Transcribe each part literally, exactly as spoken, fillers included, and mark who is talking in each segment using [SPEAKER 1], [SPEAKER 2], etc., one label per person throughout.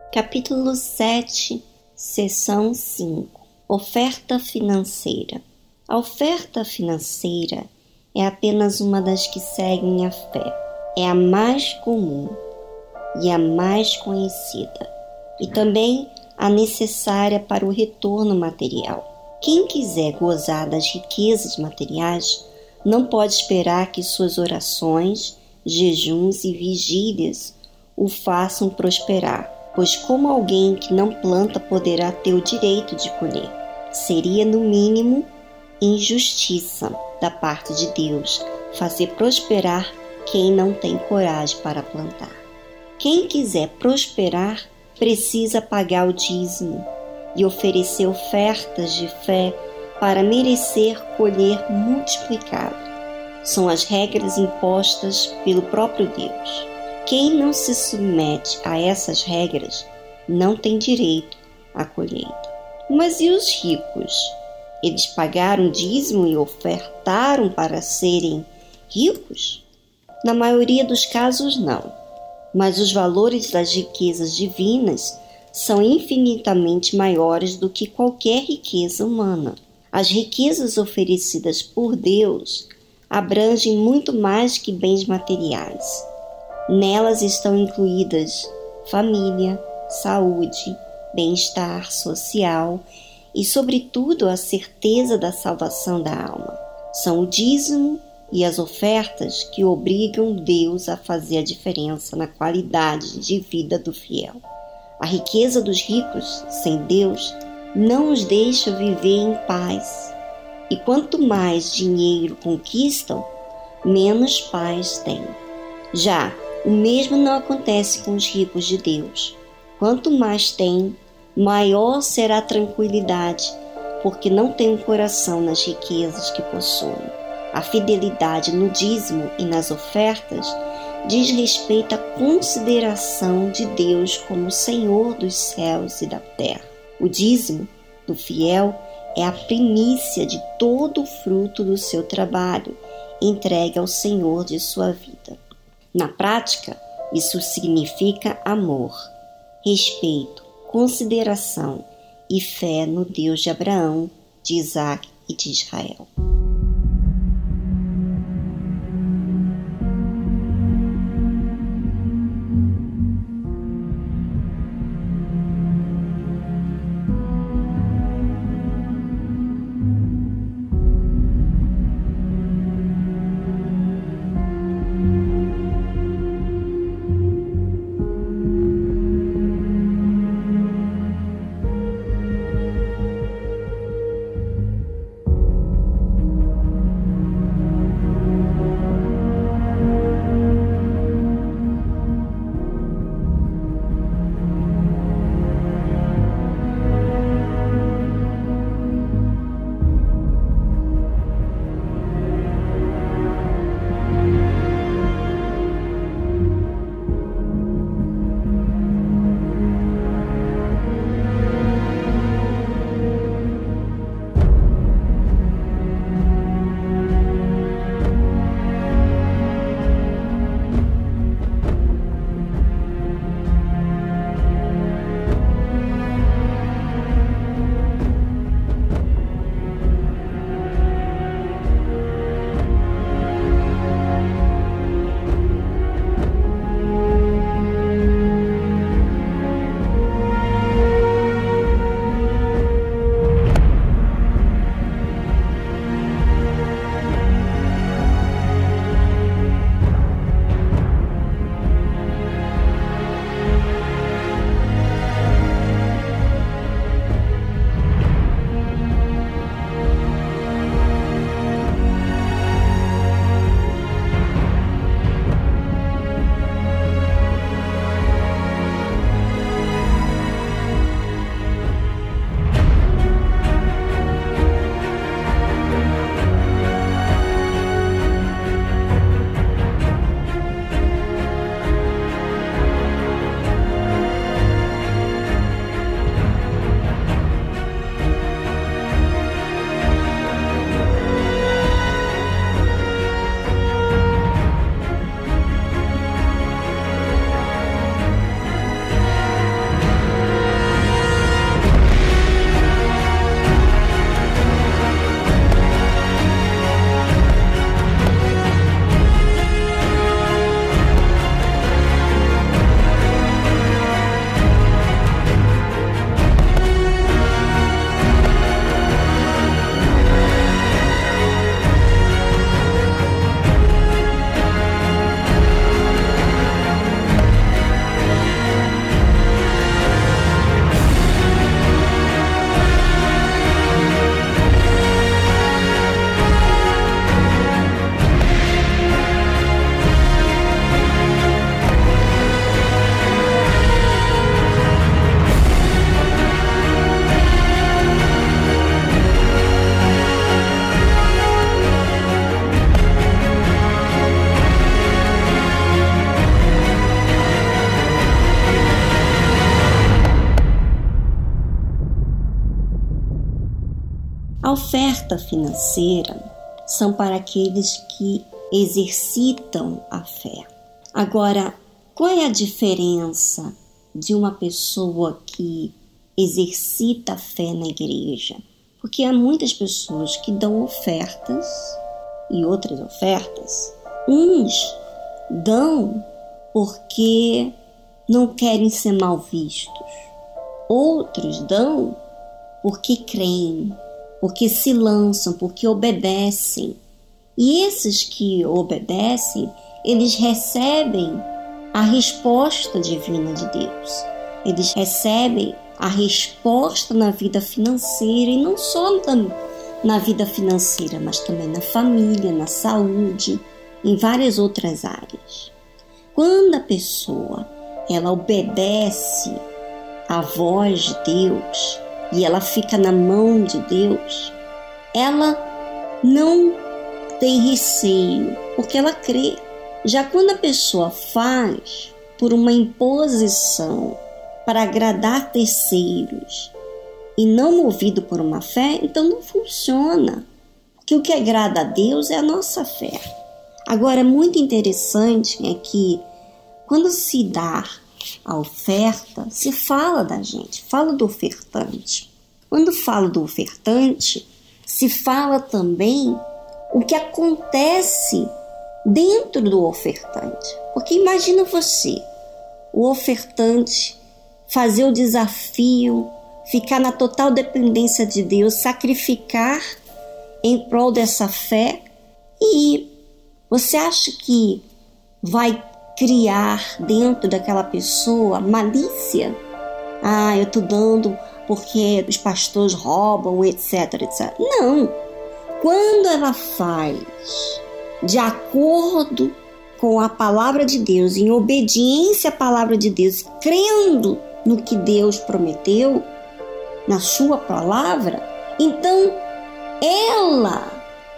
[SPEAKER 1] Capítulo sete, Seção cinco. Oferta financeira. A oferta financeira é apenas uma das que seguem a fé. É a mais comum e a mais conhecida, e também a necessária para o retorno material. Quem quiser gozar das riquezas materiais não pode esperar que suas orações, jejuns e vigílias o façam prosperar, pois como alguém que não planta poderá ter o direito de colher? Seria, no mínimo, injustiça da parte de Deus fazer prosperar quem não tem coragem para plantar. Quem quiser prosperar precisa pagar o dízimo e oferecer ofertas de fé para merecer colher multiplicado. São as regras impostas pelo próprio Deus. Quem não se submete a essas regras não tem direito à colheita. Mas e os ricos? Eles pagaram dízimo e ofertaram para serem ricos? Na maioria dos casos, não. Mas os valores das riquezas divinas são infinitamente maiores do que qualquer riqueza humana. As riquezas oferecidas por Deus abrangem muito mais que bens materiais. Nelas estão incluídas família, saúde, bem-estar social e, sobretudo, a certeza da salvação da alma. São o dízimo e as ofertas que obrigam Deus a fazer a diferença na qualidade de vida do fiel. A riqueza dos ricos, sem Deus, não os deixa viver em paz. E quanto mais dinheiro conquistam, menos paz têm. Já o mesmo não acontece com os ricos de Deus. Quanto mais têm, maior será a tranquilidade, porque não têm um coração nas riquezas que possuem. A fidelidade no dízimo e nas ofertas diz respeito à consideração de Deus como Senhor dos céus e da terra. O dízimo do fiel é a primícia de todo o fruto do seu trabalho, entregue ao Senhor de sua vida. Na prática, isso significa amor, respeito, consideração e fé no Deus de Abraão, de Isaac e de Israel. oferta financeira são para aqueles que exercitam a fé. Agora, qual é a diferença de uma pessoa que exercita a fé na igreja? Porque há muitas pessoas que dão ofertas e outras ofertas. Uns dão porque não querem ser mal vistos. Outros dão porque creem, porque se lançam, porque obedecem. E esses que obedecem, eles recebem a resposta divina de Deus. Eles recebem a resposta na vida financeira, e não só na vida financeira, mas também na família, na saúde, em várias outras áreas. Quando a pessoa ela obedece à voz de Deus e ela fica na mão de Deus, ela não tem receio, porque ela crê. Já quando a pessoa faz por uma imposição para agradar terceiros e não movido por uma fé, então não funciona. Porque o que agrada a Deus é a nossa fé. Agora, muito interessante é que quando se dá a oferta, se fala da gente, fala do ofertante. Quando fala do ofertante, se fala também o que acontece dentro do ofertante. Porque imagina você, o ofertante, fazer o desafio, ficar na total dependência de Deus, sacrificar em prol dessa fé, e você acha que vai criar dentro daquela pessoa malícia? Ah, eu estou dando porque os pastores roubam, etc, etcétera. Não. Quando ela faz de acordo com a palavra de Deus, em obediência à palavra de Deus, crendo no que Deus prometeu, na sua palavra, então ela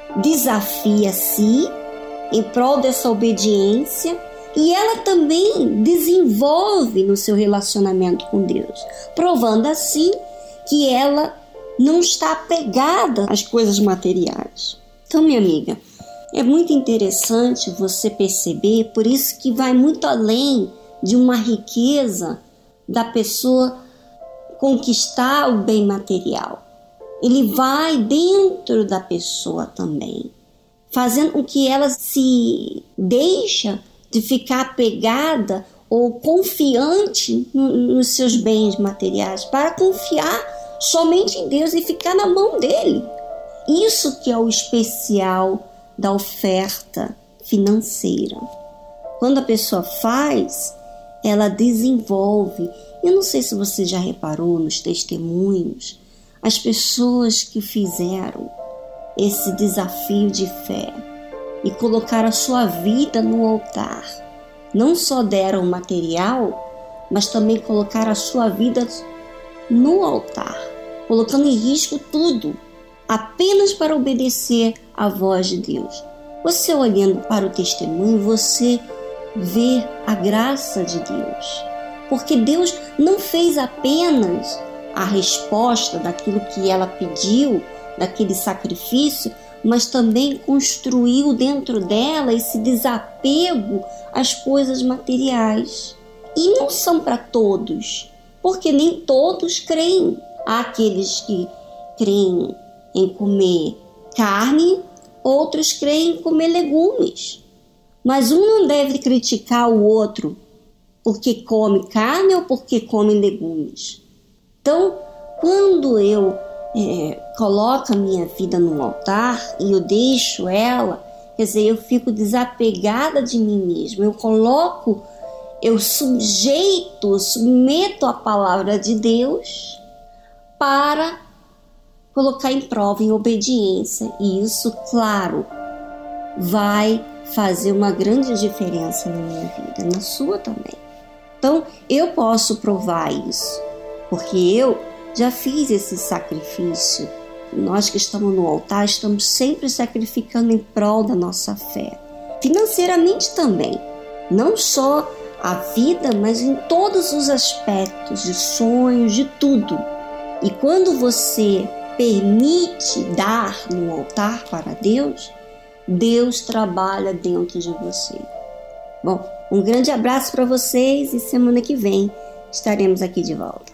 [SPEAKER 1] desafia-se em prol dessa obediência, e ela também desenvolve no seu relacionamento com Deus, provando assim que ela não está apegada às coisas materiais. Então, minha amiga, é muito interessante você perceber, por isso que vai muito além de uma riqueza da pessoa conquistar o bem material. Ele vai dentro da pessoa também, fazendo com que ela se deixa de ficar apegada ou confiante no, nos seus bens materiais, para confiar somente em Deus e ficar na mão dele. Isso que é o especial da oferta financeira. Quando a pessoa faz, ela desenvolve. Eu não sei se você já reparou nos testemunhos, as pessoas que fizeram esse desafio de fé e colocaram a sua vida no altar, não só deram o material, mas também colocaram a sua vida no altar, colocando em risco tudo, apenas para obedecer à voz de Deus. Você olhando para o testemunho, você vê a graça de Deus, porque Deus não fez apenas a resposta daquilo que ela pediu, daquele sacrifício, mas também construiu dentro dela esse desapego às coisas materiais. E não são para todos, porque nem todos creem. Há aqueles que creem em comer carne, outros creem em comer legumes. Mas um não deve criticar o outro porque come carne ou porque come legumes. Então, quando eu é, coloco a minha vida no altar e eu deixo ela, quer dizer, eu fico desapegada de mim mesma, eu coloco, eu sujeito, eu submeto a palavra de Deus para colocar em prova, em obediência. E isso, claro, vai fazer uma grande diferença na minha vida, na sua também. Então, eu posso provar isso, porque eu já fiz esse sacrifício. Nós que estamos no altar, estamos sempre sacrificando em prol da nossa fé. Financeiramente também. Não só a vida, mas em todos os aspectos, de sonhos, de tudo. E quando você permite dar no altar para Deus, Deus trabalha dentro de você. Bom, um grande abraço para vocês e semana que vem estaremos aqui de volta.